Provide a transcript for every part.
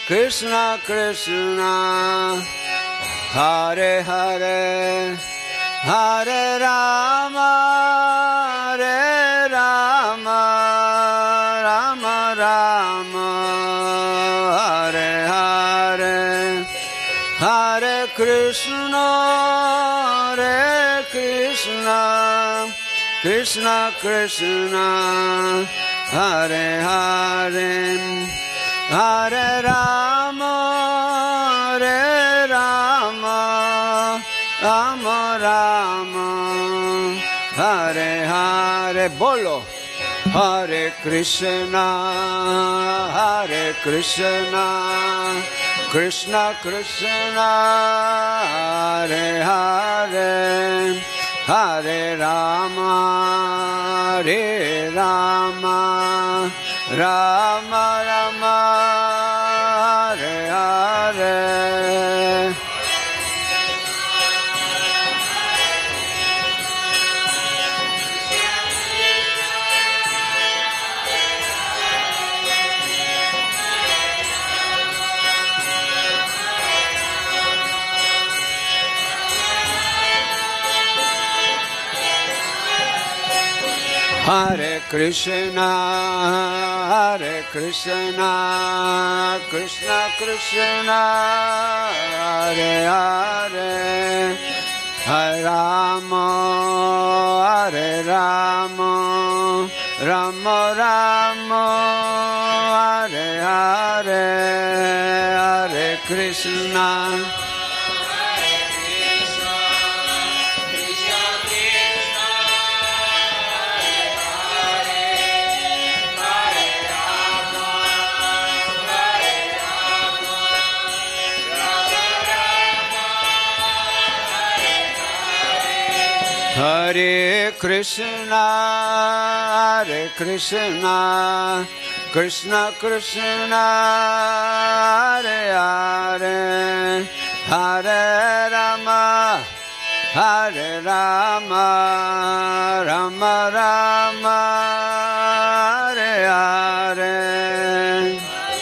Krishna Krishna, Hare Hare, Hare Rama, Hare Rama, Rama Rama, Hare Hare, Hare Krishna, Hare Krishna, Krishna Krishna, Hare Hare, Hare Rama, Hare Rama, Rama Rama, Hare Hare. Bolo. Hare Krishna, Hare Krishna, Krishna Krishna, Hare Hare, Hare Rama, Hare Rama, Rama Rama, Hare Hare. Hare Krishna, Hare Krishna, Krishna Krishna, Hare Hare, Hare Rama, Hare Rama, Rama Rama, Hare Hare, Hare Krishna. Hare Krishna, Hare Krishna, Krishna Krishna, Hare Hare, Hare Rama, Hare Rama, Rama Rama, Hare Hare.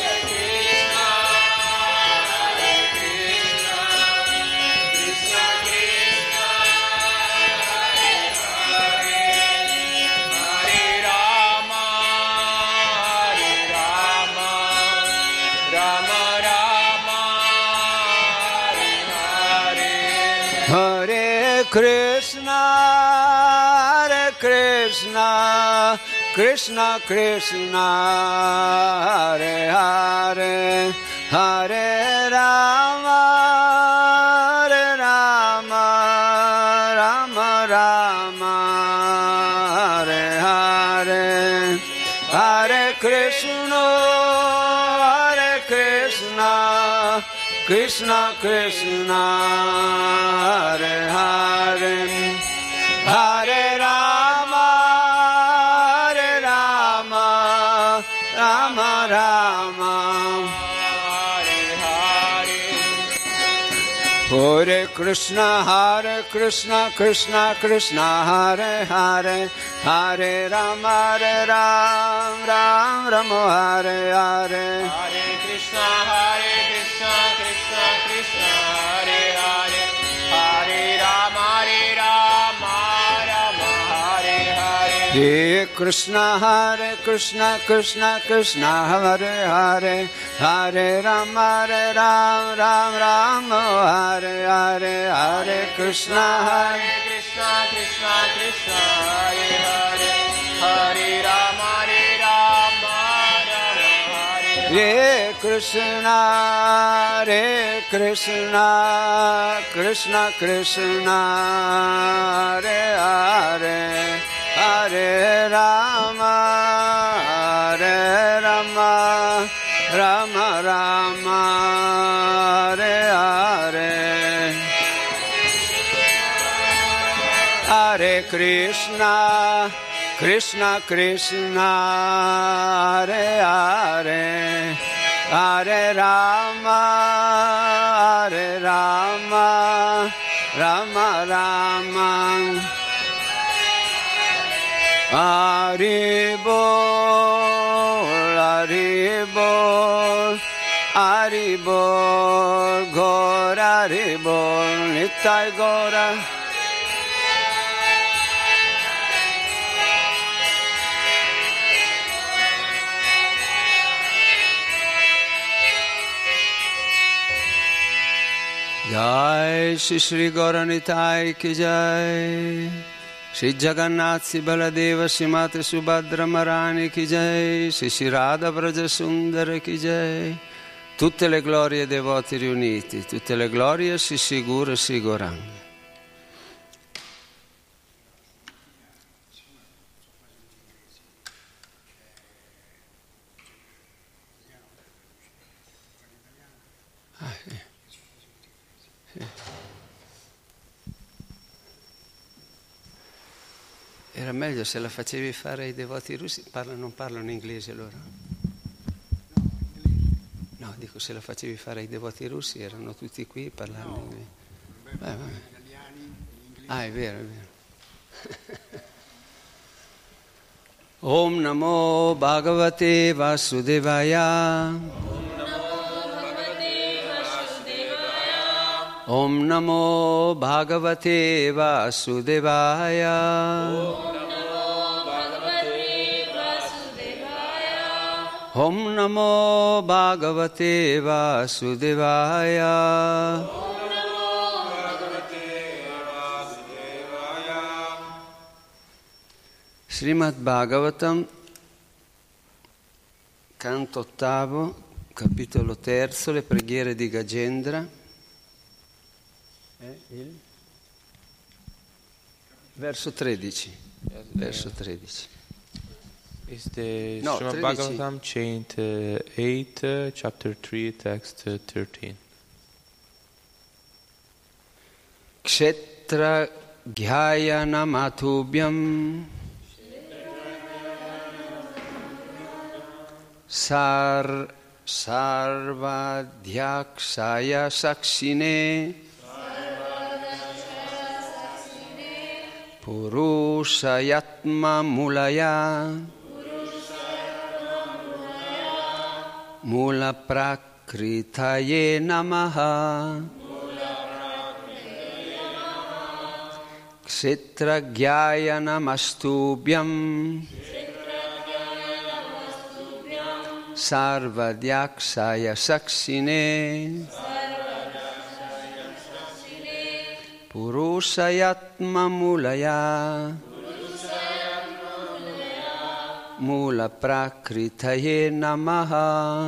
Hare Krishna, Hare Krishna, Krishna Krishna, Hare Hare, Hare Rama, Hare Rama, Rama Rama, Hare Hare, Hare Krishna, Hare Krishna, Krishna Krishna, Hare Hare, Hare Rama, Hare Rama, Rama Rama, Hare Hare. Hare Krishna, Krishna Krishna, Hare Hare, Hare Rama, Hare Ram, Ram Rama, Hare Hare. Hare Krishna, Krishna Krishna, Hare Hare, Hare Rama, Rama Hare Hare. Hare Krishna, Krishna Krishna, Hare Hare, Hare Rama, Ram, Rama, Hare Hare. Hare Krishna, Krishna Krishna, Hare Hare, Hare Rama, Rama Hare Hare. Hare Krishna, Krishna Krishna, Hare Hare, Hare Rama, Rama Rama, Hare Hare. Hare Krishna, Krishna Krishna, Hare Hare, Hare Rama, Rama Rama. Hari Bol, Hari Bol, Hari Haribol, Gaur Haribol, Nitai Gaura. Jai Shri Shri Gauranitai ki jai, Shri Jagannath Baladeva Shrimati Subhadra Marani ki jai, Shri Shri Radha Vraja Sundara ki jai, tutte le glorie dei devoti riuniti, tutte le glorie Shri Shri Guru Shri Gauranga. Era meglio se la facevi fare ai devoti russi, non parlano inglese loro? No, dico se la facevi fare ai devoti russi, erano tutti qui, parlavano inglese. Vabbè. Ah, è vero, è vero. Om Namo Bhagavate Vasudevaya. Om Namo Bhagavate Vasudevaya. Om Namo Bhagavate Vasudevaya. Srimad Bhagavatam, canto ottavo, capitolo terzo, le preghiere di Gajendra. Il verso 13. Verso 13. Is the No, Srimad 13. Bhagavatam, chant 8, chapter 3, text 13. Kshetra Gyayana Matubhyam Sarvadhyakshaya Sakshine Purushayatma Mulaya Mula Prakritaye Namaha Kshetra Gyayana Mastubhyam Sarvadhyakshaya Sakshine Purushayatma Mulaya Mula Prakritaye Namaha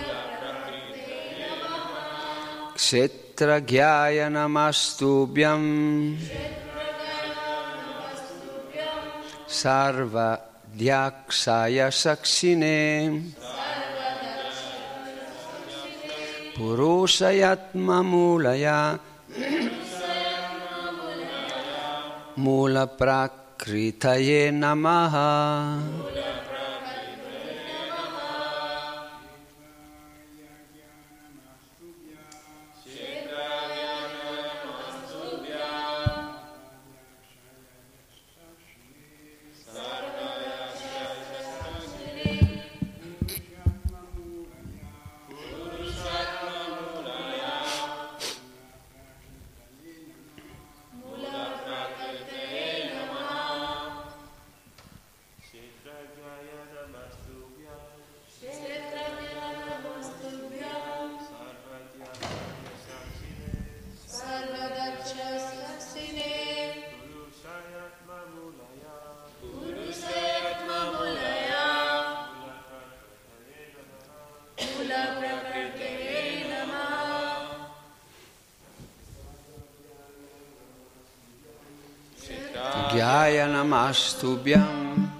Kshetra Gyayana Mastubhyam Sarvadhyakshaya Sakshine Purushayatma Mulaya Mula Prakritaye Namaha. Gyayanamashtubhyam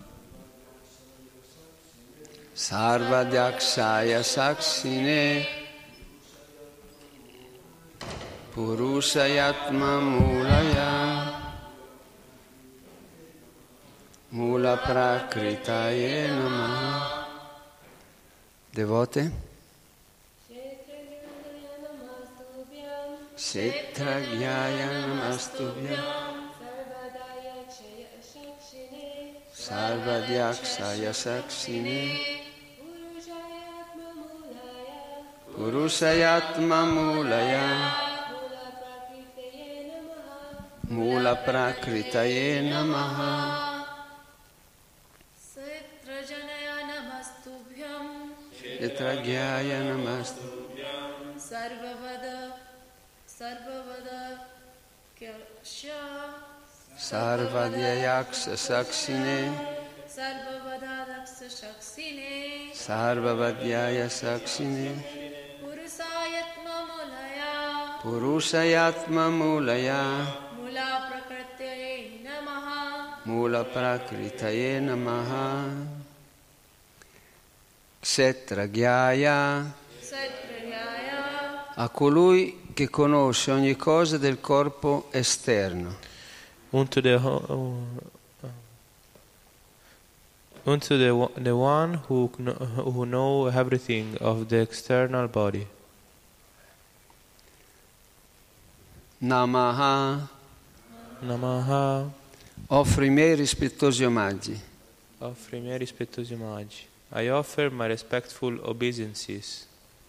Sarvadhyakshaya Sakshine Purushayatma Mulaya Mula Prakritaye Namaha. Devote? Kshetra Gyayanamashtubhyam Sarvadhyakshaya Sakshine Purushayatma Mulaya Mula Prakritaye Namaha Satrajanaya Namastubhyam Yatragyaya Namaste Sarvavada Kyasha Sarvadhyayaksa Saksine Sarvavadaksa Shaksine Sarvavadhyaya Saksine Purusayatma Mulaya Purushayatma Mulaya Mula Prakritaye Namaha Mula Prakritaye Namaha Setragyaya Satrayaya a colui che conosce ogni cosa del corpo esterno. Unto the one who know everything of the external body. Namaha. Namaha. Offro i miei rispettosi omaggi. Offro i miei rispettosi omaggi. I offer my respectful obeisances.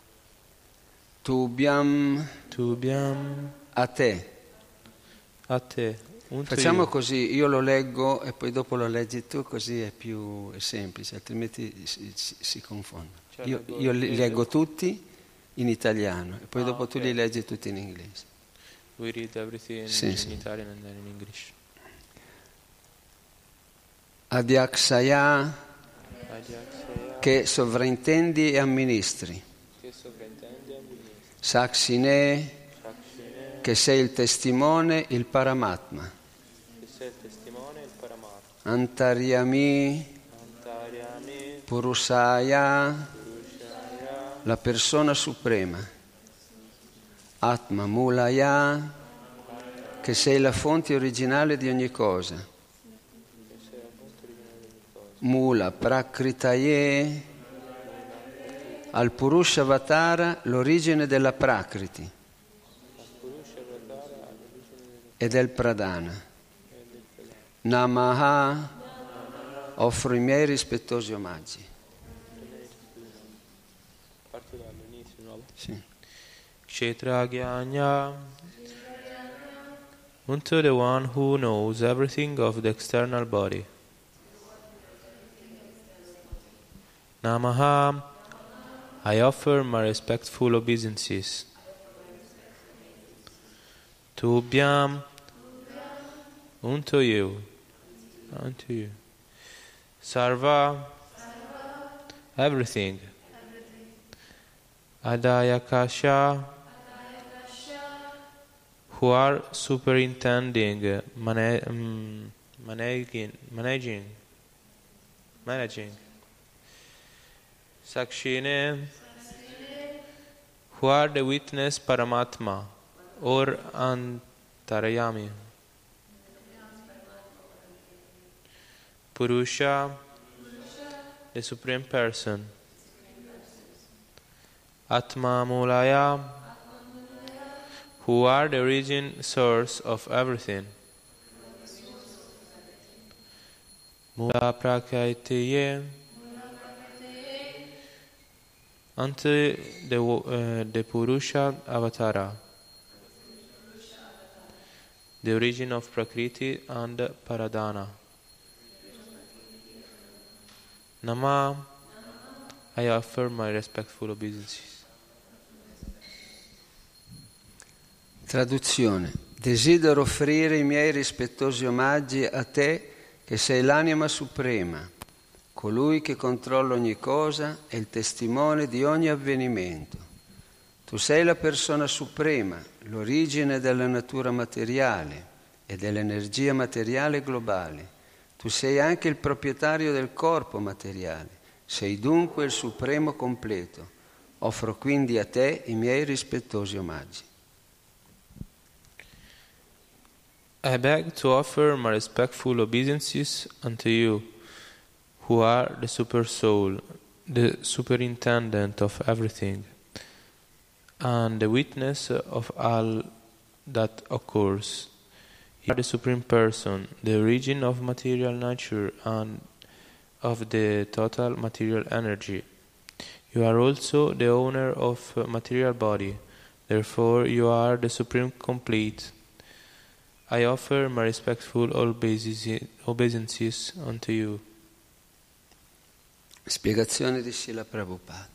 Tubhyam. Tubhyam. A te. A te. Facciamo così, io lo leggo e poi dopo lo leggi tu, così è più semplice, altrimenti si confonde. Io li leggo tutti in italiano e poi dopo tu li leggi tutti in inglese. We read everything in Italian and then in English. Adhyakshaya, che sovrintendi e amministri. Sakshine, che sei il testimone, il Paramatma. Antaryami, Purushaya, la persona suprema. Atma Mulaya, che sei la fonte originale di ogni cosa. Mula Prakritaye, al Purushavatara l'origine della Prakriti e del Pradana. Namaha, offro i miei rispettosi omaggi. Sì. Kshetragyanya, unto the one who knows everything of the external body. Namaha, I offer my respectful obeisances. Tubhyam, unto you. Sarva, everything. Adayakasha, who are superintending, managing. Sakshine, who are the witness Paramatma or Antaryami. Purusha, the Supreme Person. Atma Mulaya, who are the origin source of everything. Mula Prakritaye, unto the Purusha Avatara, the origin of Prakriti and Paradana. Nama, I offer my respectful obeisances. Traduzione. Desidero offrire i miei rispettosi omaggi a te che sei l'anima suprema, colui che controlla ogni cosa e il testimone di ogni avvenimento. Tu sei la persona suprema, l'origine della natura materiale e dell'energia materiale globale. Tu sei anche il proprietario del corpo materiale, sei dunque il supremo completo. Offro quindi a te i miei rispettosi omaggi. I beg to offer my respectful obeisances unto you, who are the super soul, the superintendent of everything, and the witness of all that occurs. You are the Supreme Person, the origin of material nature and of the total material energy. You are also the owner of material body. Therefore, you are the supreme complete. I offer my respectful obeisances unto you. Spiegazione di Srila Prabhupada.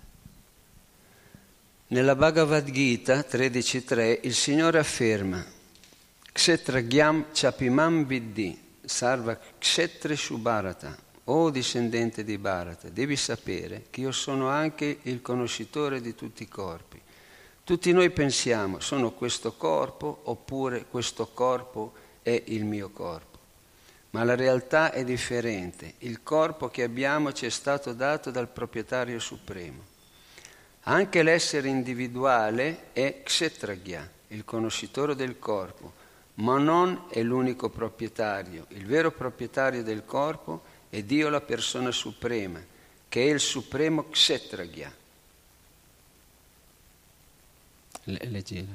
Nella Bhagavad Gita 13.3 il Signore afferma Kshetragyam chapimam viddhi sarva kshetreshu bharata. O discendente di Bharata, devi sapere che io sono anche il conoscitore di tutti i corpi. Tutti noi pensiamo, sono questo corpo oppure questo corpo è il mio corpo. Ma la realtà è differente. Il corpo che abbiamo ci è stato dato dal proprietario supremo. Anche l'essere individuale è Kshetragya, il conoscitore del corpo, ma non è l'unico proprietario. Il vero proprietario del corpo è Dio, la persona suprema, che è il supremo Kshetragya. Leggila.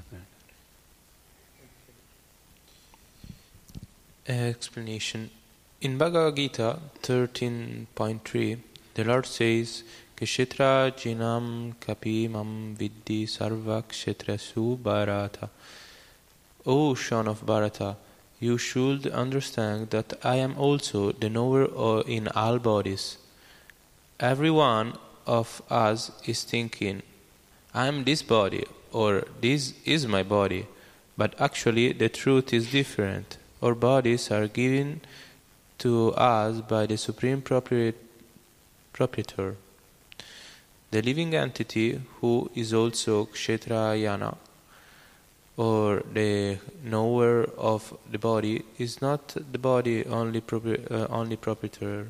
Explanation. In Bhagavad Gita 13.3, the Lord says, Kshetra jinam kapimam viddhi sarva kshetrasu bharata. O son of Bharata, you should understand that I am also the knower in all bodies. Every one of us is thinking, I am this body, or this is my body. But actually the truth is different. Our bodies are given to us by the Supreme Proprietor. The living entity, who is also Kshetrayana, or the knower of the body, is not the body only proprietor.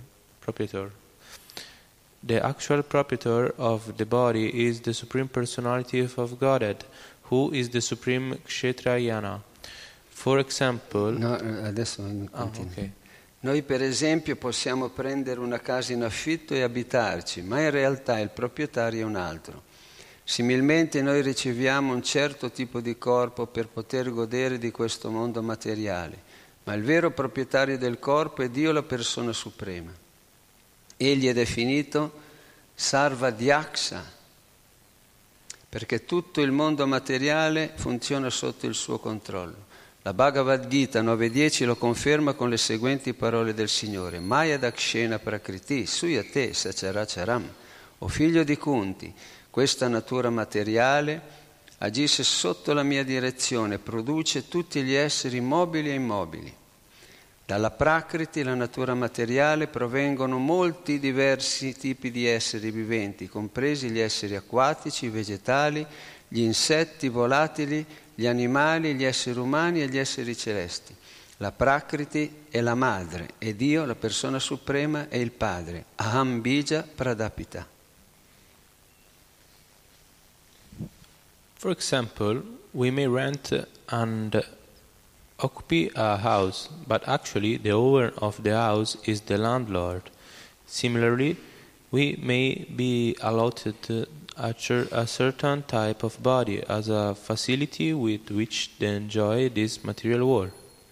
The actual proprietor of the body is the Supreme Personality of Godhead, who is the Supreme Kshetrayana. For example... No, adesso continua. Okay. Noi per esempio possiamo prendere una casa in affitto e abitarci, ma in realtà il proprietario è un altro. Similmente noi riceviamo un certo tipo di corpo per poter godere di questo mondo materiale, ma il vero proprietario del corpo è Dio, la persona suprema. Egli è definito Sarvadhyaksha, perché tutto il mondo materiale funziona sotto il suo controllo. La Bhagavad Gita 9.10 lo conferma con le seguenti parole del Signore: Maya dakshena prakriti suyate sacharacharam. O figlio di Kunti, questa natura materiale agisce sotto la mia direzione, produce tutti gli esseri mobili e immobili. Dalla Prakriti, la natura materiale, provengono molti diversi tipi di esseri viventi, compresi gli esseri acquatici, vegetali, gli insetti volatili, gli animali, gli esseri umani e gli esseri celesti. La Prakriti è la madre e Dio, la persona suprema, è il padre. Aham bija pradapita. For example, we may rent and occupy a house, but actually the owner of the house is the landlord. Similarly, we may be allotted a certain type of body as a facility with which to enjoy this material world.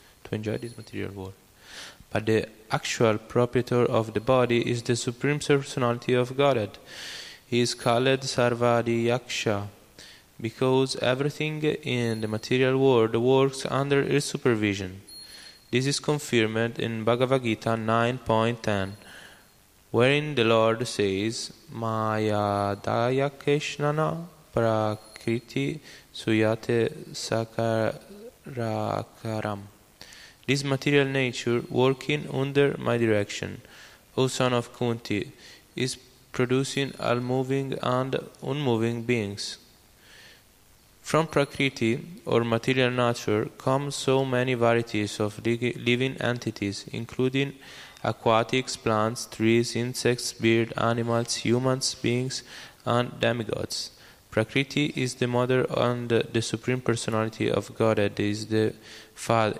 But the actual proprietor of the body is the Supreme Personality of Godhead. He is called Sarvadhyaksha, because everything in the material world works under his supervision. This is confirmed in Bhagavad Gita 9.10, wherein the Lord says, Maya dayakeshnana prakriti suyate sakarakaram. This material nature, working under my direction, O son of Kunti, is producing all moving and unmoving beings. From Prakriti, or material nature, come so many varieties of living entities, including aquatics, plants, trees, insects, birds, animals, humans, beings, and demigods. Prakriti is the mother and the Supreme Personality of Godhead is the Father.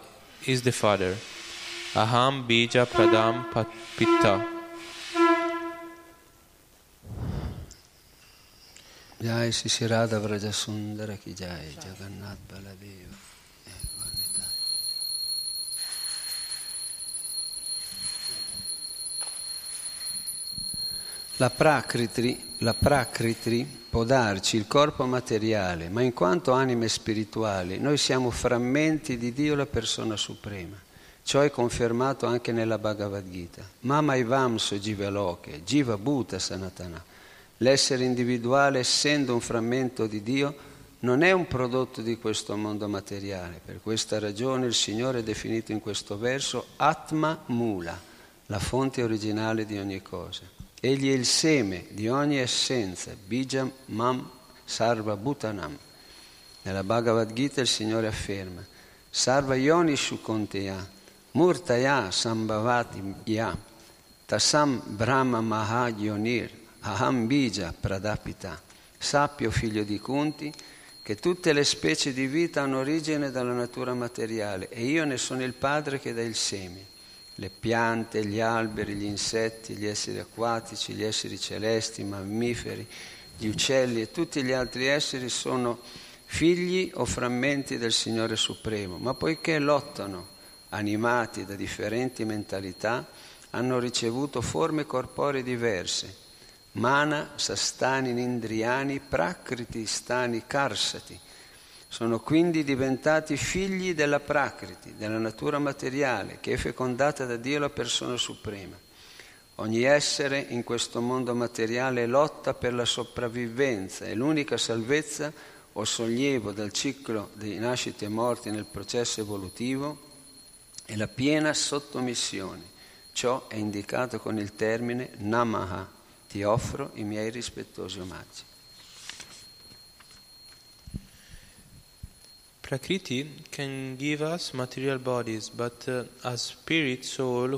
Aham bija pradam pitta. Jai Shri Radha Vraja Sundara Ki Jai, Jagannath Baladeva. La Prakriti la Prakriti può darci il corpo materiale, ma in quanto anime spirituali noi siamo frammenti di Dio, la persona suprema. Ciò è confermato anche nella Bhagavad Gita. Mama Ivamso Jivaloke, Jiva Bhuta Sanatana. L'essere individuale, essendo un frammento di Dio, non è un prodotto di questo mondo materiale. Per questa ragione il Signore è definito in questo verso Atma Mula, la fonte originale di ogni cosa. Egli è il seme di ogni essenza, Bijam Mam Sarva Bhutanam. Nella Bhagavad Gita il Signore afferma Sarva Yonishu Konteya, Murtaya Sambhavati Ya, Tasam Brahma Maha Yonir, Aham Bija Pradapita. Sappi, o figlio di Kunti, che tutte le specie di vita hanno origine dalla natura materiale e io ne sono il padre che dà il seme. Le piante, gli alberi, gli insetti, gli esseri acquatici, gli esseri celesti, i mammiferi, gli uccelli e tutti gli altri esseri sono figli o frammenti del Signore Supremo, ma poiché lottano, animati da differenti mentalità, hanno ricevuto forme corporee diverse. Mana, Sastani, Nindriyani, Prakriti, Stani, Karsati. Sono quindi diventati figli della Prakriti, della natura materiale, che è fecondata da Dio, la persona suprema. Ogni essere in questo mondo materiale lotta per la sopravvivenza e l'unica salvezza o sollievo dal ciclo di nascite e morti nel processo evolutivo è la piena sottomissione. Ciò è indicato con il termine Namaha. Ti offro i miei rispettosi omaggi. Prakriti can give us material bodies, but as a spirit soul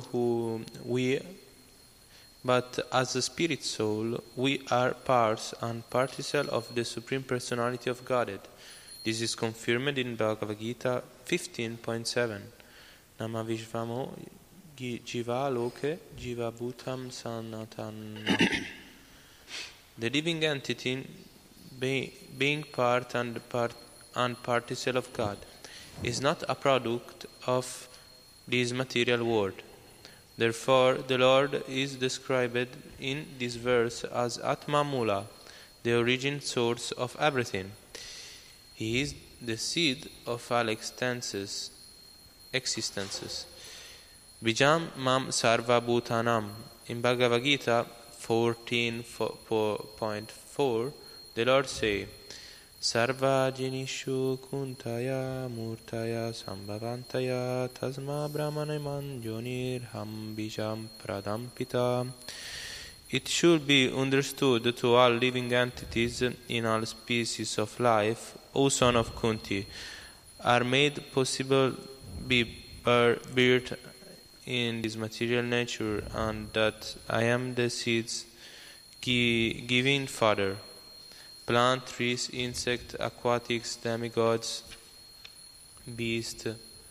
we are parts and particles of the Supreme Personality of Godhead. This is confirmed in Bhagavad Gita 15.7. Nama Vishvamo Jiva Loke Jiva Bhutam Sanatana. The living entity, being part and particle of God, is not a product of this material world. Therefore, the Lord is described in this verse as Atma Mula, the origin source of everything. He is the seed of all existences. Bijam Mam Sarva Bhutanam. In Bhagavad Gita 14.4, the Lord says, Sarva Jinishu Kuntaya Murtaya Sambhavantaya Tasma Brahmane Manjonir Ham Bijam Pradampita. It should be understood to all living entities in all species of life, O son of Kunti, are made possible by birth in this material nature, and that I am the seeds giving Father. Plant, trees, insects, aquatics, demigods, beasts,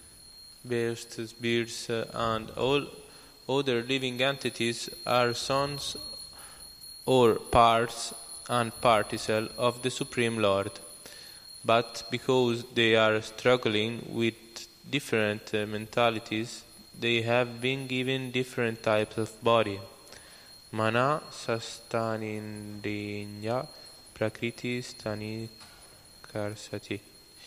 birds, and all other living entities are sons or parts and particles of the Supreme Lord. But because they are struggling with different mentalities, they have been given different types of body. Mana sastanindriya prakriti stani karsati.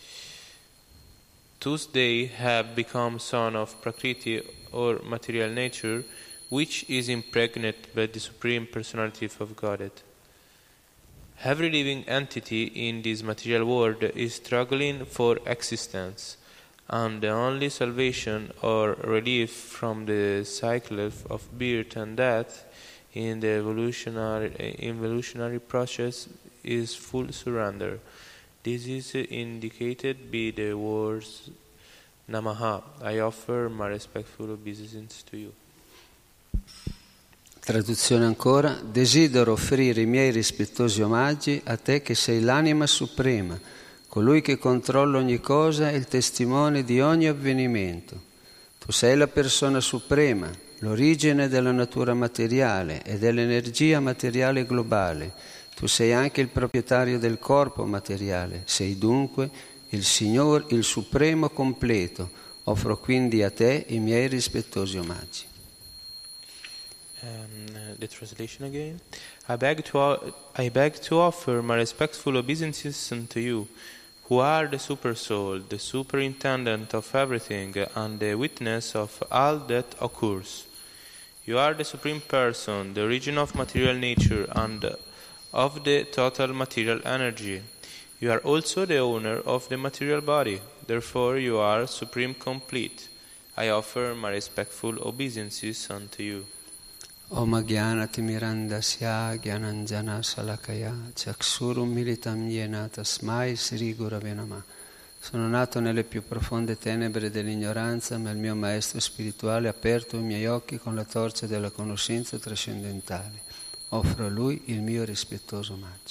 Thus they have become son of Prakriti or material nature, which is impregnated by the Supreme Personality of Godhead. Every living entity in this material world is struggling for existence, and the only salvation or relief from the cycle of birth and death in the evolutionary process is full surrender. This is indicated by the words Namaha. I offer my respectful obeisance to you. Traduzione ancora. Desidero offrire i miei rispettosi omaggi a te che sei l'anima suprema, colui che controlla ogni cosa e il testimone di ogni avvenimento. Tu sei la persona suprema, l'origine della natura materiale e dell'energia materiale globale. Tu sei anche il proprietario del corpo materiale, sei dunque il Signore, il Supremo completo. Offro quindi a te i miei rispettosi omaggi. The translation again. I beg to offer my respectful obeisances unto you, who are the super soul, the superintendent of everything, and the witness of all that occurs. You are the supreme person, the origin of material nature and of the total material energy. You are also the owner of the material body, therefore you are supreme complete. I offer my respectful obeisances unto you. Om Jnana Timirandasya Jnananjana Salakaya Chaksurum Militam Yena Tasmai Sri Gurave Namah. Sono nato nelle più profonde tenebre dell'ignoranza, ma il mio maestro spirituale ha aperto i miei occhi con la torcia della conoscenza trascendentale. Offro a lui il mio rispettoso omaggio.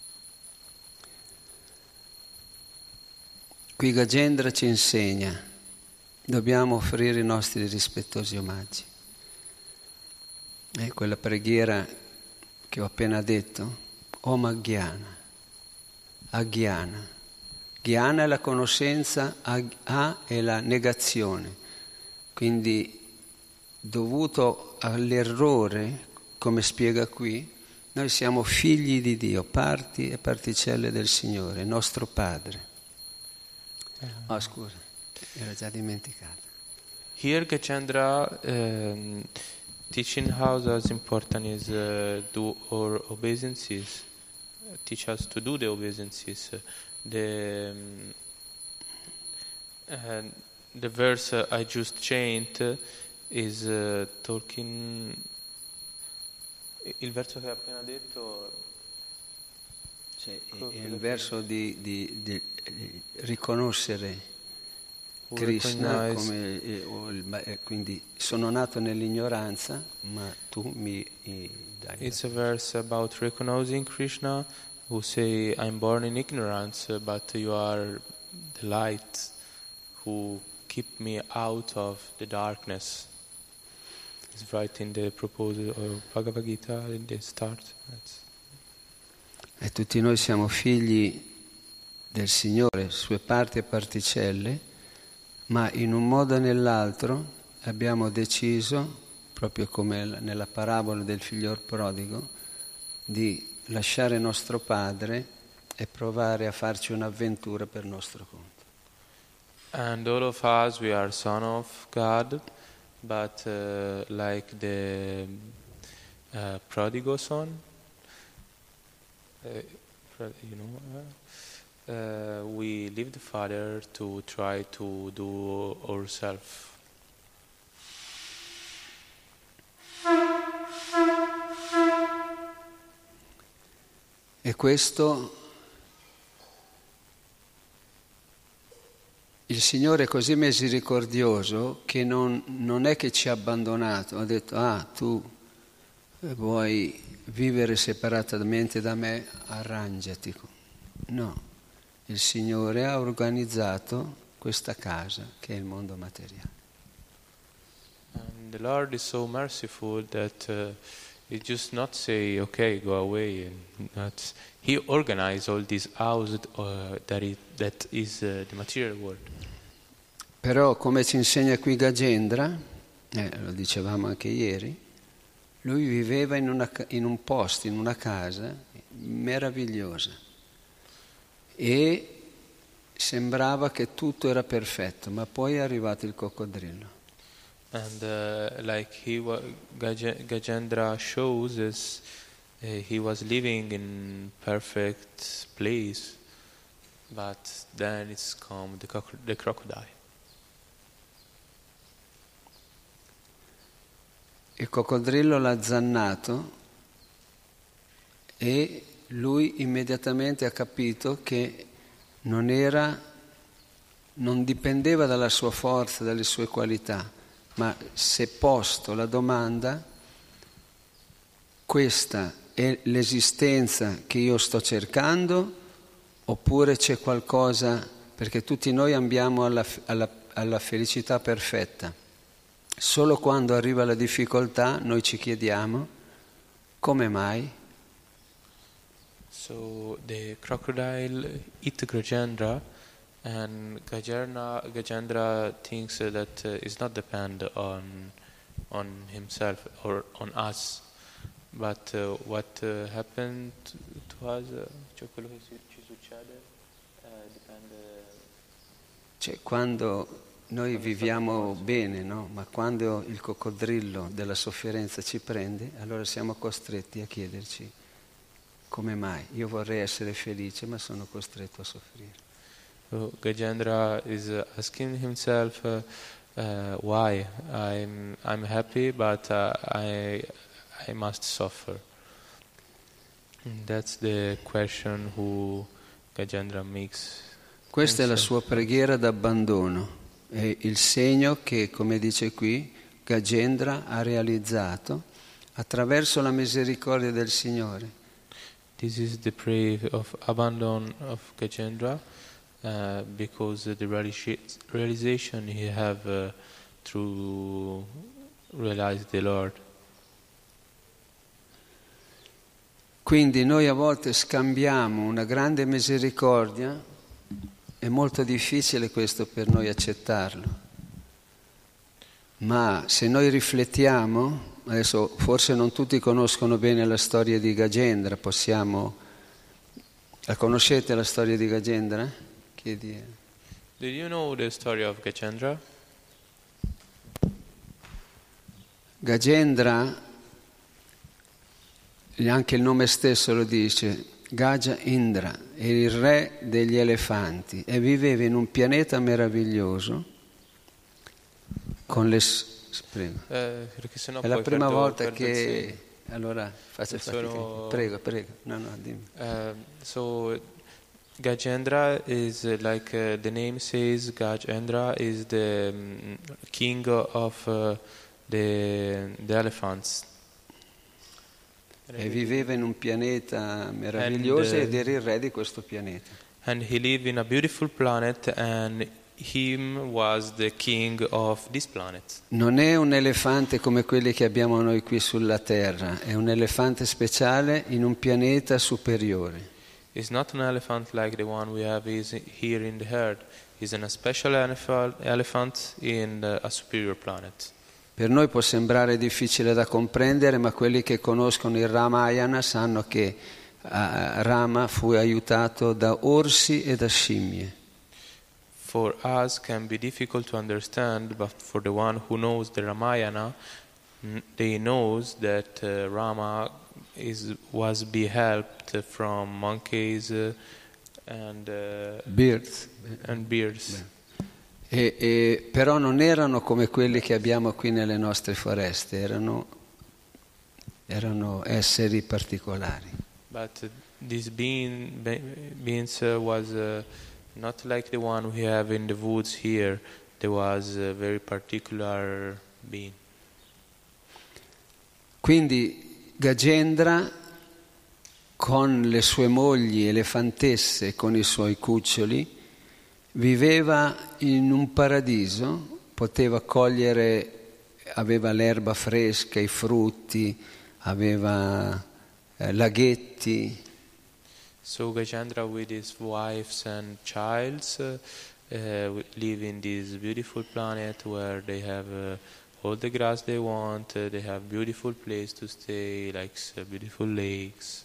Qui Gajendra ci insegna, dobbiamo offrire i nostri rispettosi omaggi. E quella preghiera che ho appena detto, Om Agyana, Agyana. Jnana è la conoscenza, A è la negazione. Quindi, dovuto all'errore, come spiega qui, noi siamo figli di Dio, parti e particelle del Signore, nostro Padre. Oh, scusa, era già dimenticato. Here Gajendra teaching how that's important is do our obeisances, teach us to do the obeisances. The verse I just chanted is talking. Il verso che ha appena detto è il verso di riconoscere Krishna come quindi sono nato nell'ignoranza, ma tu mi dai. It's a verse about recognizing Krishna, who say, I'm born in ignorance, but you are the light who keep me out of the darkness. It's right in the proposal of Bhagavad Gita in the start. E tutti noi siamo figli del Signore, sue parti e particelle, ma in un modo o nell'altro abbiamo deciso, proprio come nella parabola del figliol prodigo, di lasciare nostro padre e provare a farci un'avventura per nostro conto. And all of us, we are son of God, but like the prodigal son, we leave the father to try to do ourselves. E questo il Signore è così misericordioso che non è che ci ha abbandonato, ha detto tu vuoi vivere separatamente da me, arrangiati. No, il Signore ha organizzato questa casa che è il mondo materiale. And the Lord is so merciful that He just not say, okay, go away, and not. He organized all this house that is the material world. Però, come ci insegna qui Gajendra, lo dicevamo anche ieri, lui viveva in un posto, in una casa meravigliosa e sembrava che tutto era perfetto, ma poi è arrivato il coccodrillo. And Gajendra shows us, he was living in perfect place, but then it's come the crocodile. Il coccodrillo l'ha zannato e lui immediatamente ha capito che non dipendeva dalla sua forza, dalle sue qualità, ma se posto la domanda, questa è l'esistenza che io sto cercando oppure c'è qualcosa, perché tutti noi ambiamo alla felicità perfetta. Solo quando arriva la difficoltà noi ci chiediamo come mai? So the crocodile eat Gajendra, and Gajendra thinks that it's not depend on on himself or on us. But what happened to us, cioè quello che ci succede, dipende. Cioè, quando noi viviamo bene, no? Ma quando il coccodrillo della sofferenza ci prende, allora siamo costretti a chiederci come mai? Io vorrei essere felice, ma sono costretto a soffrire. So Gajendra is asking himself, why I'm happy, but I must suffer. And that's the question who Gajendra makes. Questa è la sua preghiera d'abbandono, è il segno che, come dice qui, Gajendra ha realizzato attraverso la misericordia del Signore. This is the prayer of abandon of Gajendra, because the realization he have through realize the Lord. Quindi noi a volte scambiamo una grande misericordia, è molto difficile questo per noi accettarlo, ma se noi riflettiamo, adesso forse non tutti conoscono bene la storia di Gajendra, la conoscete la storia di Gajendra? Chiedi. Did you know the story of Gajendra? Gajendra, anche il nome stesso lo dice, Gaja Indra, è il re degli elefanti e viveva in un pianeta meraviglioso con le... Prego. Perché sennò È la poi prima volta perdo il che... Allora faccio fatica. Prego. No, dimmi. So Gajendra is like the name says, Gajendra is the king of the elephants. E viveva in un pianeta meraviglioso ed era il re di questo pianeta. And he lived in a beautiful planet and him was the king of this planet. Non è un elefante come quelli che abbiamo noi qui sulla Terra, è un elefante speciale in un pianeta superiore. It's not an elephant like the one we have here in the earth. He's a special elephant in a superior planet. Per noi può sembrare difficile da comprendere, ma quelli che conoscono il Ramayana sanno che Rama fu aiutato da orsi e da scimmie. For us can be difficult to understand, but for the one who knows the Ramayana, they knows that Rama was be helped from monkeys and Birds. And bears. Beh. Però non erano come quelli che abbiamo qui nelle nostre foreste, erano esseri particolari. But this beings was not like the one we have in the woods here. There was a very particular being. Quindi Gajendra, con le sue mogli elefantesse, con i suoi cuccioli, viveva in un paradiso, poteva cogliere, aveva l'erba fresca, i frutti, aveva laghetti. So Gajendra with his wives and childs live in this beautiful planet where they have all the grass they want, they have beautiful place to stay, like beautiful lakes.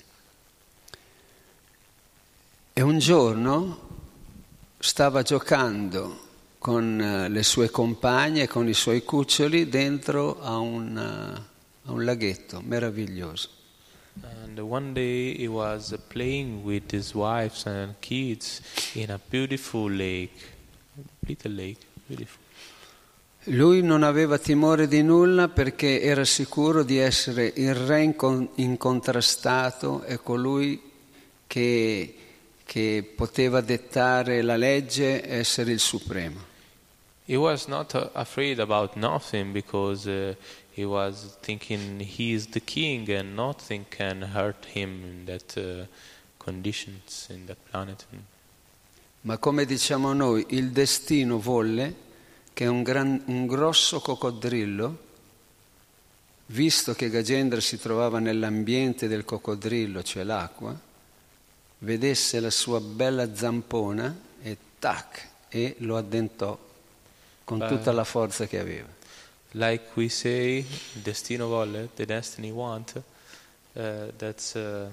E un giorno stava giocando con le sue compagne e con i suoi cuccioli dentro a un laghetto meraviglioso. And one day he was playing with his wives and kids in a beautiful lake, little lake, beautiful. Lui non aveva timore di nulla perché era sicuro di essere il re incontrastato e colui che poteva dettare la legge, essere il supremo. He was not afraid about nothing because he was thinking he is the king and nothing can hurt him in that conditions in that planet. Ma come diciamo noi, il destino volle che un grosso coccodrillo, visto che Gajendra si trovava nell'ambiente del coccodrillo, cioè l'acqua, vedesse la sua bella zampona e tac, e lo addentò con tutta la forza che aveva. like we say, destino volle, the destiny want, that's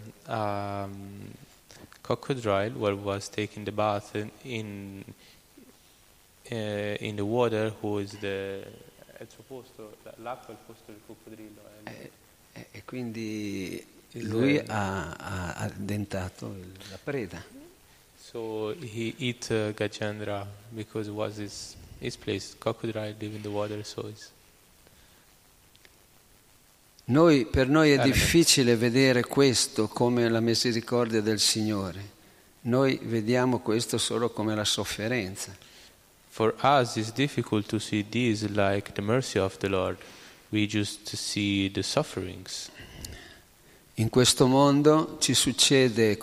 crocodile what was taking the bath in the water, who is è il suo posto, l'acqua è il posto del coccodrillo. E quindi lui ha addentato la preda. So he eat Gajendra because it was his place. Crocodile live in the water, so it's... Per noi è difficile vedere questo come la misericordia del Signore. Noi vediamo questo solo come la sofferenza. For us, it's difficult to see this like the mercy of the Lord. We just see the sufferings. In questo mondo ci succedono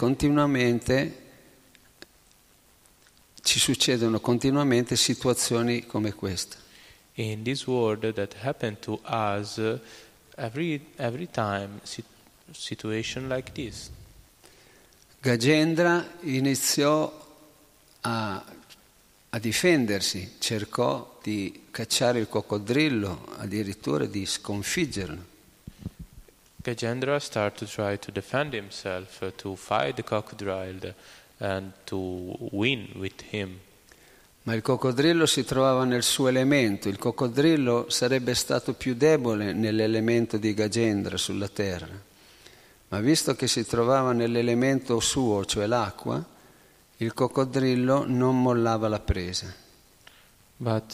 continuamente situazioni come questa. In this world that happened to us, every time situation like this. Gajendra iniziò a difendersi, cercò di cacciare il coccodrillo, addirittura di sconfiggerlo. Gajendra started to try to defend himself, to fight the crocodile and to win with him. Ma il coccodrillo si trovava nel suo elemento, il coccodrillo sarebbe stato più debole nell'elemento di Gajendra sulla terra, ma visto che si trovava nell'elemento suo, cioè l'acqua, il coccodrillo non mollava la presa. But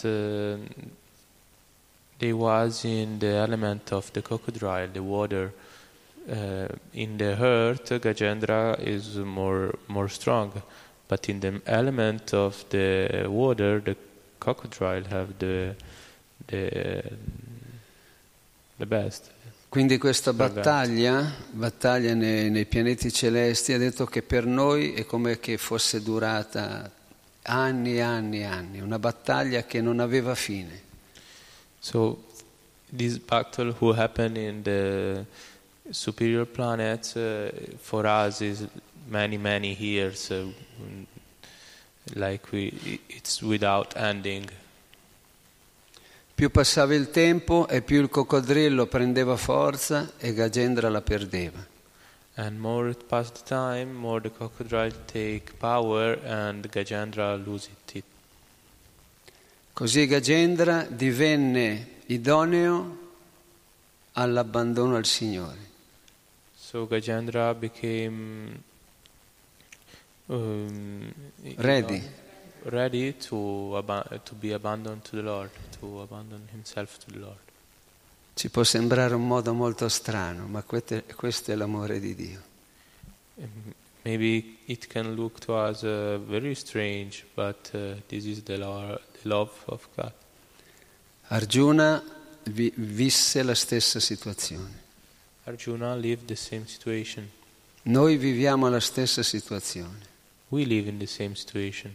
they was in the element of the crocodile, the water. In the earth, Gajendra is more strong. But in the element of the water, the crocodile have the best. Quindi questa battaglia nei pianeti celesti, ha detto che per noi è come che fosse durata anni e anni e anni, una battaglia che non aveva fine. So this battle who happened in the superior planets for us is many years, it's without ending. Più passava il tempo e più il coccodrillo prendeva forza e Gajendra la perdeva. And more it passed the time, more the crocodile take power and Gajendra lose it. Così Gajendra divenne idoneo all'abbandono al Signore. So Gajendra became ready to be abandoned to the Lord, to abandon himself to the Lord. Ci può sembrare un modo molto strano, ma questo è l'amore di Dio. Maybe it can look to us very strange, but this is the love of God. Arjuna visse la stessa situazione. Arjuna lived the same situation. Noi viviamo la stessa situazione. We live in the same situation.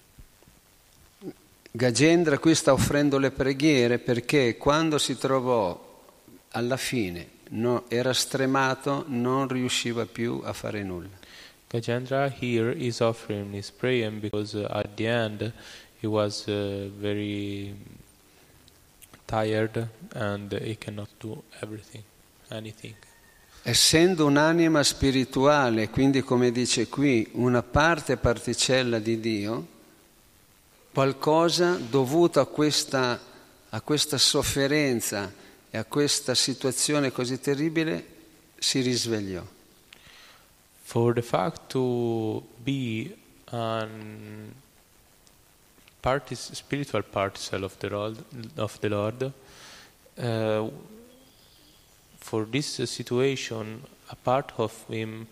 Gajendra qui sta offrendo le preghiere perché quando si trovò alla fine era stremato, non riusciva più a fare nulla. Gajendra here is offering his prayer because at the end he was very tired and he cannot do anything. Essendo un'anima spirituale, quindi come dice qui, una particella di Dio, qualcosa dovuto a questa sofferenza e a questa situazione così terribile si risvegliò. For the fact to be an spiritual particell of the Lord, for this situation, a part of him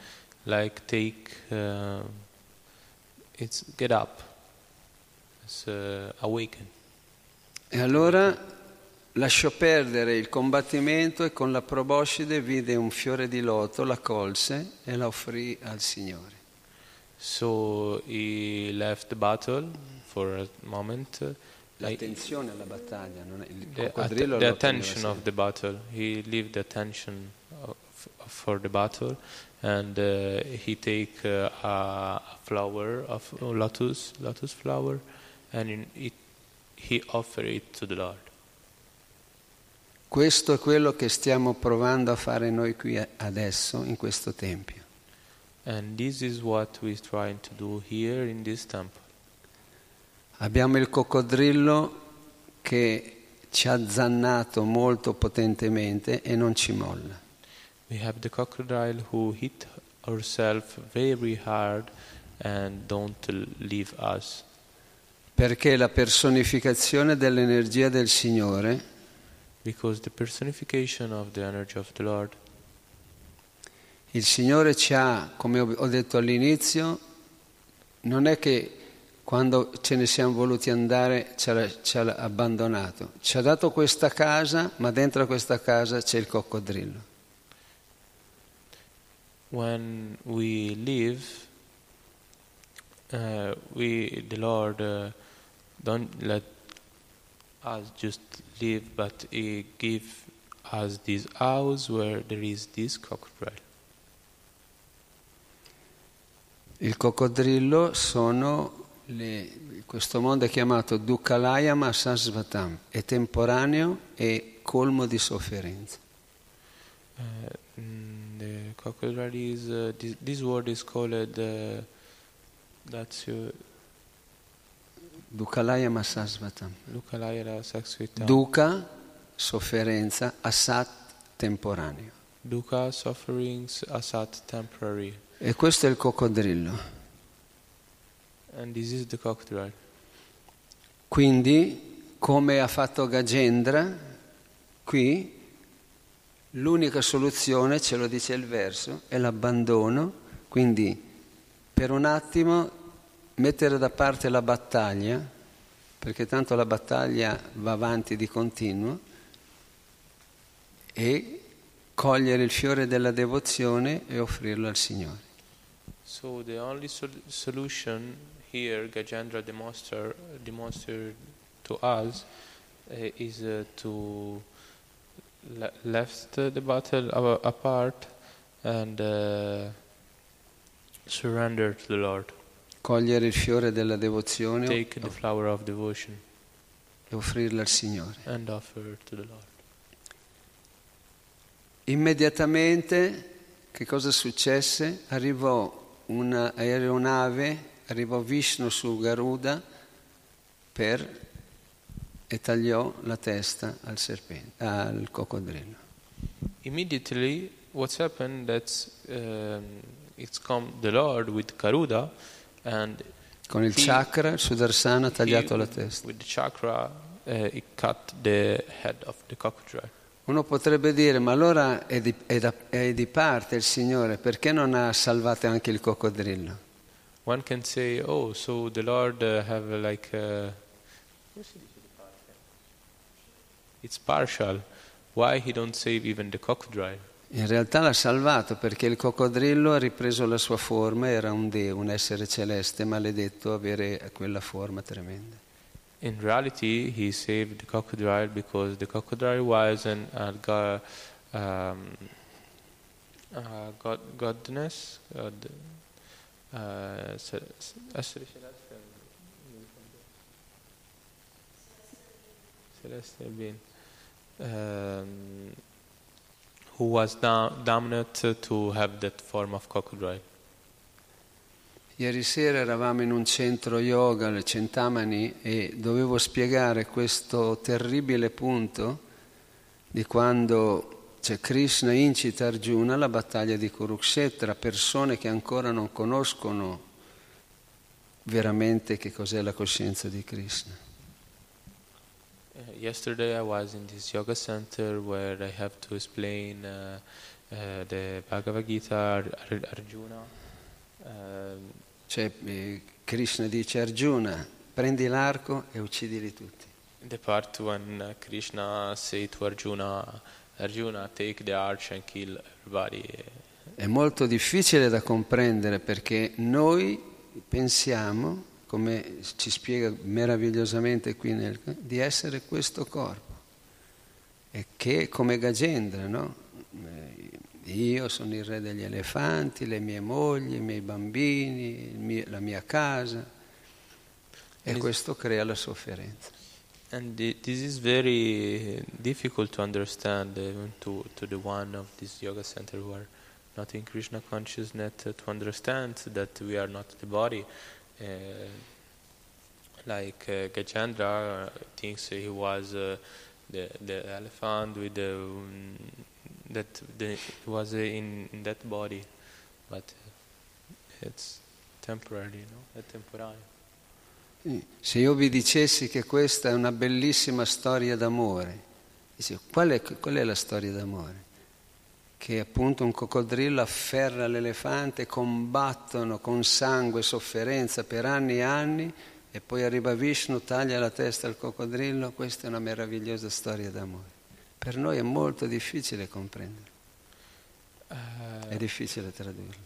it's get up, it's awaken. E allora lasciò perdere il combattimento e con la proboscide vide un fiore di loto, la colse e la offrì al Signore. So he left the battle for a moment. L'attenzione alla battaglia, non è il The coccodrillo. attention of the battle. He leave the attention for the battle, and he take a flower of lotus flower, and he offer it to the Lord. Questo è quello che stiamo provando a fare noi qui adesso, in questo Tempio. And this is what we're trying to do here in this temple. Abbiamo il coccodrillo che ci ha zannato molto potentemente e non ci molla. We have the crocodile who hit ourselves very hard and don't leave us. Perché la personificazione dell'energia del Signore Because the personification of the energy of the Lord, il Signore ci ha, come ho detto all'inizio, non è che quando ce ne siamo voluti andare ci ha abbandonato. Ci ha dato questa casa, ma dentro questa casa c'è il coccodrillo. when we live, the Lord don't let us just live, but He give us this house where there is this crocodile. Il coccodrillo sono questo mondo è chiamato Dukkhalayama Sasvatam, è temporaneo e colmo di sofferenza. The crocodile is this word is called Dukkhalayama Sasvatam. Lukalayara Saksvitam. Dukkha, sofferenza, Asat, temporaneo. Dukkha, sufferings, asat, temporary. E questo è il coccodrillo. And this is the crocodile. Quindi, come ha fatto Gajendra, qui l'unica soluzione, ce lo dice il verso, è l'abbandono. Quindi, per un attimo, mettere da parte la battaglia, perché tanto la battaglia va avanti di continuo, e cogliere il fiore della devozione e offrirlo al Signore. So the only solution here, Gajendra demonstrated to us, is to left the battle apart and surrender to the Lord. Cogliere il fiore della devozione Take the flower of devotion e offrirla al Signore. and offer it to the Lord. Immediatamente, che cosa successe? Arrivò un'aeronave, arrivò Vishnu su Garuda e tagliò la testa al coccodrillo. Immediately, what's happened? That's it's come the Lord with Garuda, and Con il chakra, il Sudarsana, ha tagliato la testa. with the chakra, he cut the head of the crocodile. Uno potrebbe dire, ma allora è di parte il Signore, perché non ha salvato anche il coccodrillo? One can say, oh, so the Lord have it's partial. Why he don't save even the crocodile? In realtà l'ha salvato perché il coccodrillo ha ripreso la sua forma, era un deo, un essere celeste, maledetto avere quella forma tremenda. In reality, he saved the crocodile because the crocodile was godness, celestial being, who was dominant to have that form of crocodile. Ieri sera eravamo in un centro yoga, al Centamani, e dovevo spiegare questo terribile punto di quando Krishna incita Arjuna alla battaglia di Kurukshetra, persone che ancora non conoscono veramente che cos'è la coscienza di Krishna. Yesterday I was in this yoga center where I have to explain the Bhagavad Gita Arjuna. Krishna dice a Arjuna, prendi l'arco e uccidili tutti. The part when Krishna say to Arjuna, take the arch and kill everybody. È molto difficile da comprendere perché noi pensiamo, come ci spiega meravigliosamente qui, di essere questo corpo. E che come Gajendra, no? Io sono il re degli elefanti, le mie mogli, i miei bambini, la mia casa. E questo crea la sofferenza. And this is very difficult to understand even to the one of this yoga center who are not in Krishna consciousness, to understand that we are not the body. Gajendra thinks he was the elephant with was in that body, but it's temporary, no? È temporaneo. Se io vi dicessi che questa è una bellissima storia d'amore, dice, qual è la storia d'amore? Che appunto un coccodrillo afferra l'elefante, combattono con sangue e sofferenza per anni e anni, e poi arriva Vishnu, taglia la testa al coccodrillo. Questa è una meravigliosa storia d'amore. Per noi è molto difficile comprenderlo, è difficile tradurlo.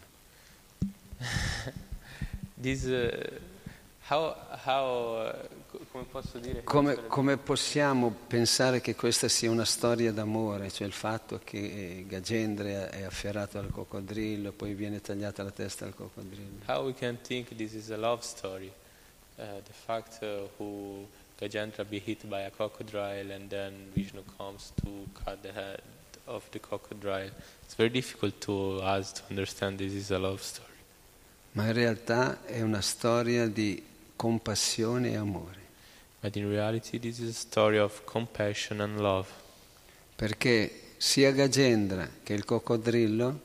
Come posso dire? Come possiamo pensare che questa sia una storia d'amore, cioè il fatto che Gajendra è afferrato al coccodrillo, poi viene tagliata la testa al coccodrillo? How we can think this is a love story? The fact who Gajendra be hit by a crocodile and then Vishnu comes to cut the head of the crocodile. It's very difficult to us to understand this is a love story. Ma in realtà è una storia di compassione e amore. But in reality this is a story of compassion and love. Perché sia Gajendra che il coccodrillo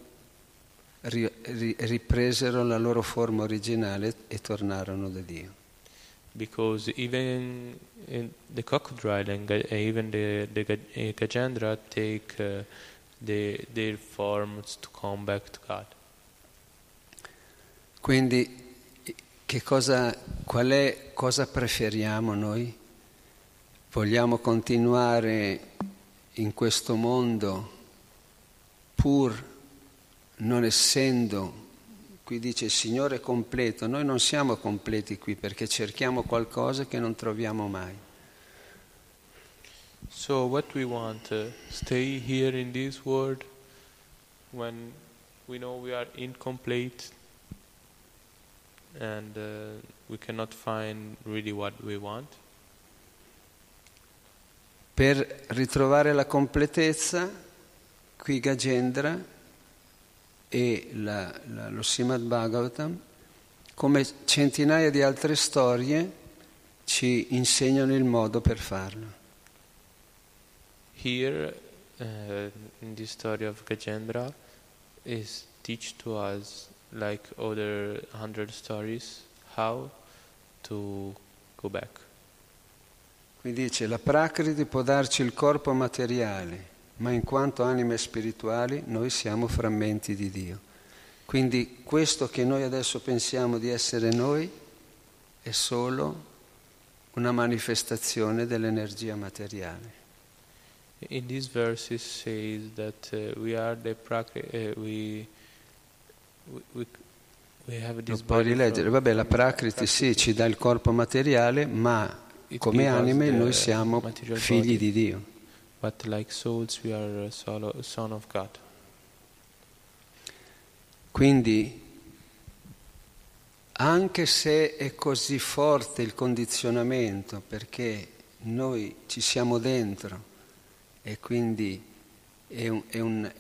ripresero la loro forma originale e tornarono da Dio. Because even the crocodile and even the Gajendra take their forms to come back to God. Quindi cosa preferiamo noi? Vogliamo continuare in questo mondo pur non essendo, qui dice il Signore è completo, noi non siamo completi qui perché cerchiamo qualcosa che non troviamo mai. So what we want, stay here in this world when we know we are incomplete and we cannot find really what we want? Per ritrovare la completezza, qui Gajendra e lo Srimad Bhagavatam, come centinaia di altre storie, ci insegnano il modo per farlo. Here, in this story of Gajendra, is teach to us, like other 100 stories, how to go back. Qui dice, la Prakriti può darci il corpo materiale, ma in quanto anime spirituali noi siamo frammenti di Dio. Quindi questo che noi adesso pensiamo di essere noi è solo una manifestazione dell'energia materiale. In these verses says that we are the Prakriti, we have this Lo puoi rileggere. Vabbè, la Prakriti sì, ci dà il corpo materiale, ma come anime noi siamo figli di Dio. But like souls we are son of God. Quindi, anche se è così forte il condizionamento, perché noi ci siamo dentro e quindi è un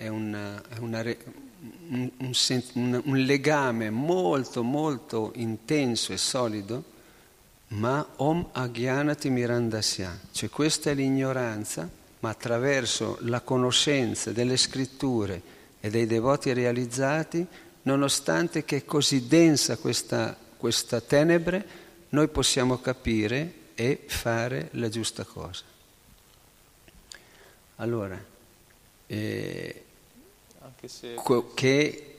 legame molto molto intenso e solido, ma Om Agyanati Mirandasya, cioè questa è l'ignoranza, ma attraverso la conoscenza delle scritture e dei devoti realizzati, nonostante che è così densa questa tenebre, noi possiamo capire e fare la giusta cosa. Allora, Anche se che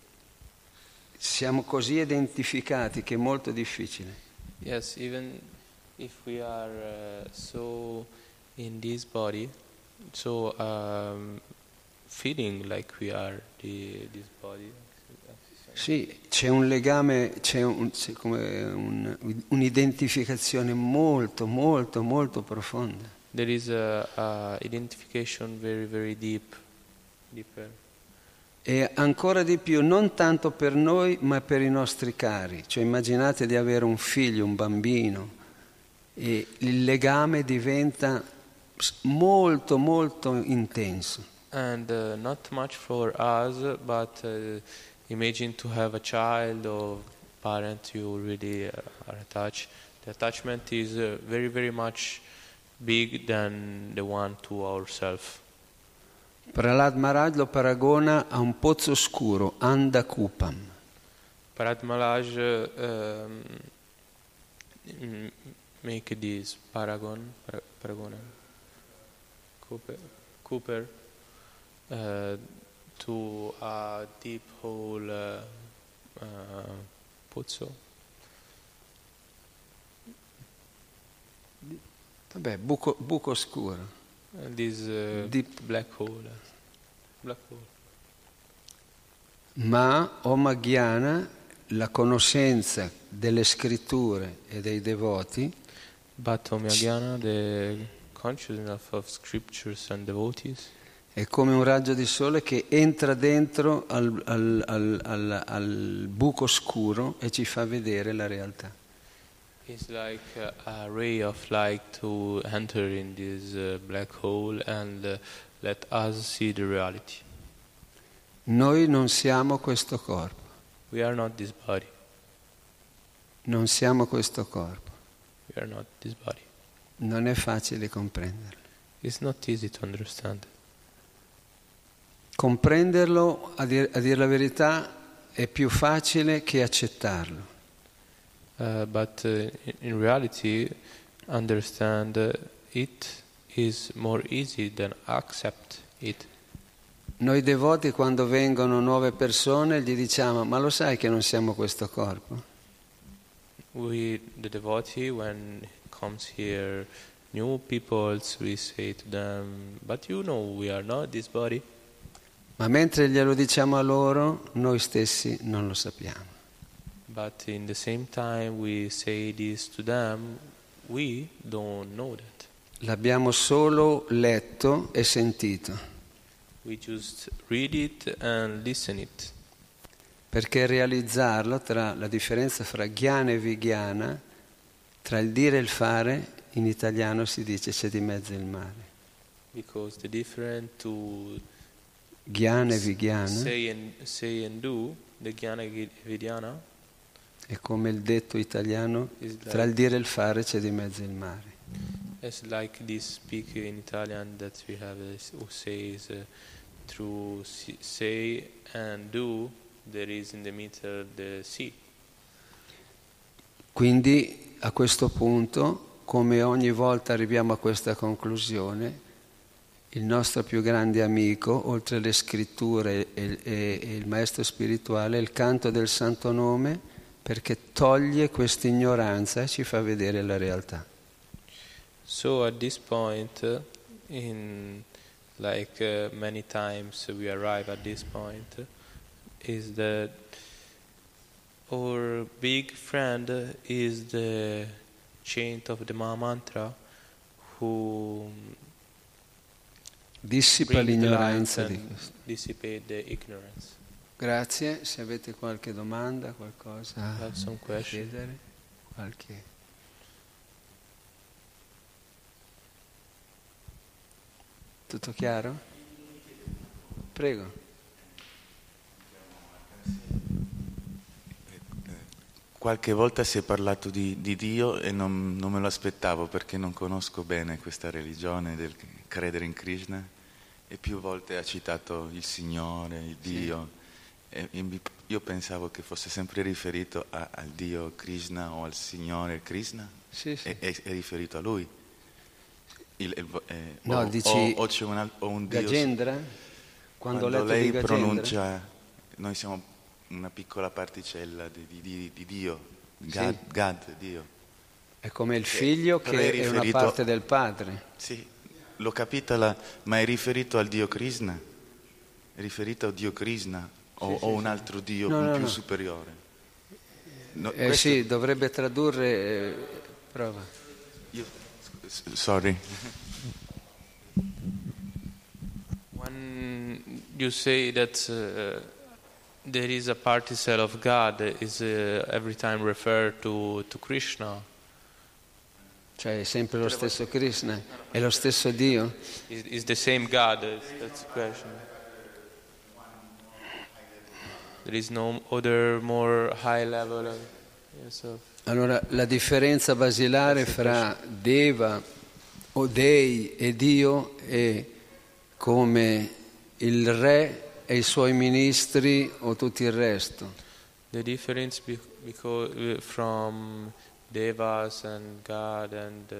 siamo così identificati che è molto difficile. yes, even if we are so in this body, so feeling like we are this body. Sì, c'è un legame, c'è come un'identificazione molto, molto, molto profonda. There is a identification very, very deeper. E ancora di più, non tanto per noi, ma per i nostri cari. Cioè immaginate di avere un figlio, un bambino, e il legame diventa molto molto intenso. And not much for us, but imagine to have a child or parent you really are attached. The attachment is very, very much big than the one to ourselves. Prahlad Maharaj lo paragona a un pozzo scuro, Andakupam. Prahlad Maharaj make this paragon, Cooper, to a deep hole pozzo. Vabbè, buco scuro. This Deep. black hole. Ma Om Jnana, la conoscenza delle scritture e dei devoti, But Om Jnana, the consciousness of scriptures and devotees, è come un raggio di sole che entra dentro al buco scuro e ci fa vedere la realtà. is like a ray of light to enter in this black hole and let us see the reality. Noi non siamo questo corpo, We are not this body. non siamo questo corpo. We are not this body. Non è facile comprenderlo. It's not easy to understand. Comprenderlo, a dir la verità, è più facile che accettarlo. But in reality, understand it is more easy than accept it. Noi devoti, quando vengono nuove persone, gli diciamo: ma lo sai che non siamo questo corpo? We, the devotee, when comes here new peoples, we say to them, but you know we are not this body. Ma mentre glielo diciamo a loro, noi stessi non lo sappiamo. But in the same time we say this to them, we don't know that. L'abbiamo solo letto e sentito, We just read it and listen it. perché realizzarlo, tra la differenza fra jnana e vigyana, tra il dire e il fare, in italiano si dice c'è di mezzo il mare. Because the difference to Jnana e vigyana say and do, the Jnana Vidyana, è come il detto italiano: tra il dire e il fare c'è di mezzo il mare. it's like this speak in Italian that we have who says through say and do there is in the middle the sea. Quindi a questo punto, come ogni volta arriviamo a questa conclusione, il nostro più grande amico, oltre le scritture e il maestro spirituale, è il canto del santo nome, perché toglie questa ignoranza e ci fa vedere la realtà. So at this point, in like many times we arrive at this point, is that our big friend is the chant of the Maha Mantra who Dissipa brings the light l'ignoranza di and questo. dissipate the ignorance. Grazie, se avete qualche domanda, qualcosa Have some da question? chiedere, qualche... Tutto chiaro? Prego. Qualche volta si è parlato di Dio e non me lo aspettavo perché non conosco bene questa religione del credere in Krishna, e più volte ha citato il Signore, il Dio, e io pensavo che fosse sempre riferito al Dio Krishna o al Signore Krishna. Sì, sì. È riferito a Lui. No, dici o c'è un Dio. Gajendra? Quando ho letto lei di Gajendra, pronuncia, noi siamo una piccola particella di Dio, God, Sì. God, Dio. è come il figlio però che è è una riferito- parte del padre. Sì, l'ho capita, ma è riferito al Dio Krishna? È riferito al Dio Krishna o un altro Dio più superiore? No, questo- Sì, dovrebbe tradurre... prova. Sorry. When you say that there is a particle of God is every time referred to Krishna, Cioè è sempre lo stesso Krishna, è lo stesso Dio. Is the same God? That's the question. There is no other more high level of yourself. Allora la differenza basilare fra Deva o Dei e Dio è come il re e i suoi ministri o tutto il resto. The difference because from Devas and God and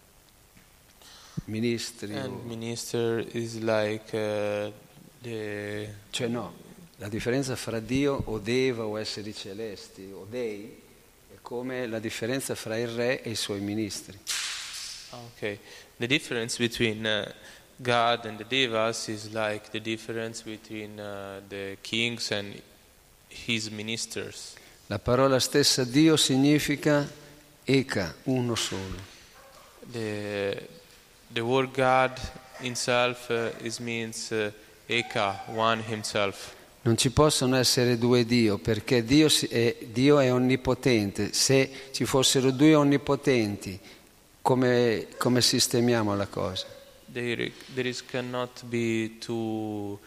Ministri. minister is like the. Cioè no, la differenza fra Dio o Deva o esseri celesti o Dei è come la differenza fra il re e i suoi ministri. Okay, the difference between God and the Devas is like the difference between the kings and his ministers. La parola stessa Dio significa Eka, uno solo. The word God himself means Eka, one himself. Non ci possono essere due Dio, perché Dio è onnipotente. Se ci fossero due onnipotenti, come sistemiamo la cosa? There cannot be two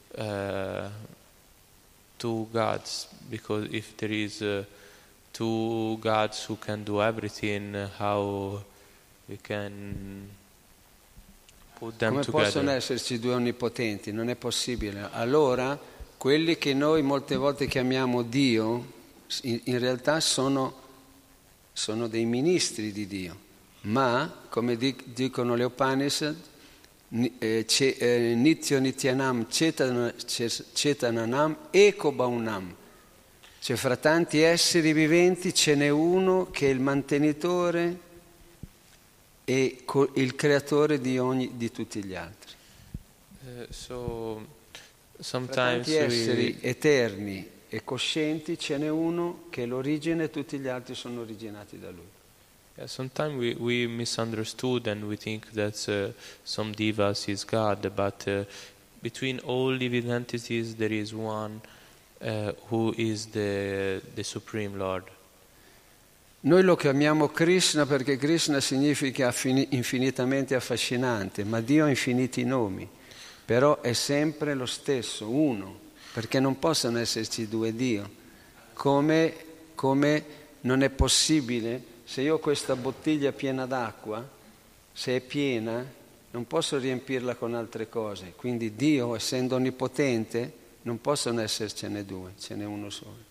gods, because if there is two gods who can do everything, how we can put them Come together? possono esserci due onnipotenti? Non è possibile. Allora, quelli che noi molte volte chiamiamo Dio, in realtà sono dei ministri di Dio. Ma, come dicono le Upanishad, Nityo Nityanam Chetananam Eko Baunam. Cioè fra tanti esseri viventi ce n'è uno che è il mantenitore e il creatore di tutti gli altri. So Fra sometimes tanti esseri eterni e coscienti ce n'è uno che è l'origine e tutti gli altri sono originati da lui. sometimes we misunderstood and we think that some devas is God, but between all living entities there is one who is the Supreme Lord. Noi lo chiamiamo Krishna perché Krishna significa infinitamente affascinante, ma Dio ha infiniti nomi, però è sempre lo stesso, uno, perché non possono esserci due Dio, come non è possibile. Se io ho questa bottiglia piena d'acqua, se è piena, non posso riempirla con altre cose. Quindi Dio, essendo onnipotente, non possono essercene due, ce n'è uno solo.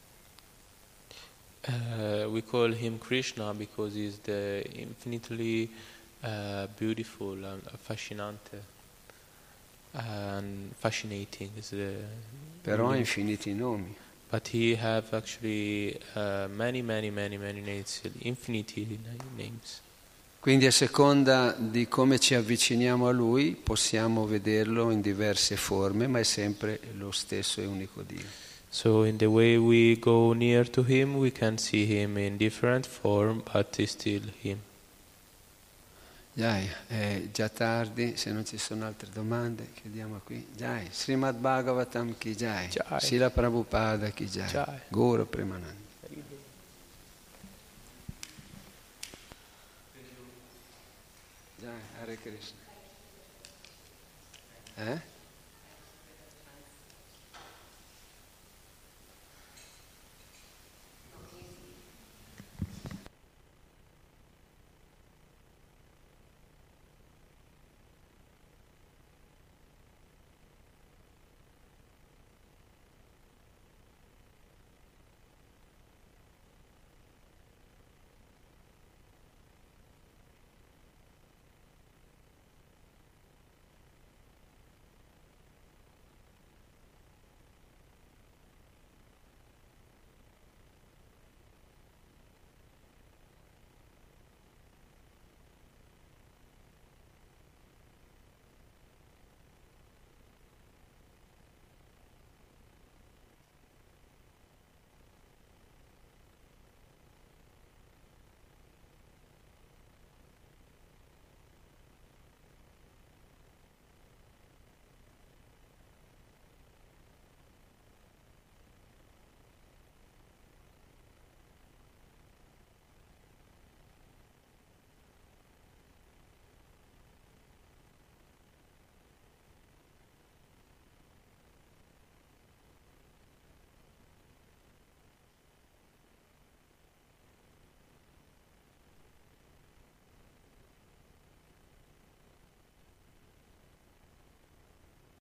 We call him Krishna because he's the infinitely beautiful and affascinante and fascinating. Però ha infiniti nomi. But he have actually many names, infinity names. Quindi a seconda di come ci avviciniamo a Lui possiamo vederlo in diverse forme, ma è sempre lo stesso e unico Dio. So in the way we go near to him, we can see him in different form, but it's still him. Jai, è già tardi, se non ci sono altre domande chiudiamo qui. Jai, Srimad Bhagavatam ki jai, Jai. Srila Prabhupada ki jai, Jai. Guru Premanand. Jai, Hare Krishna.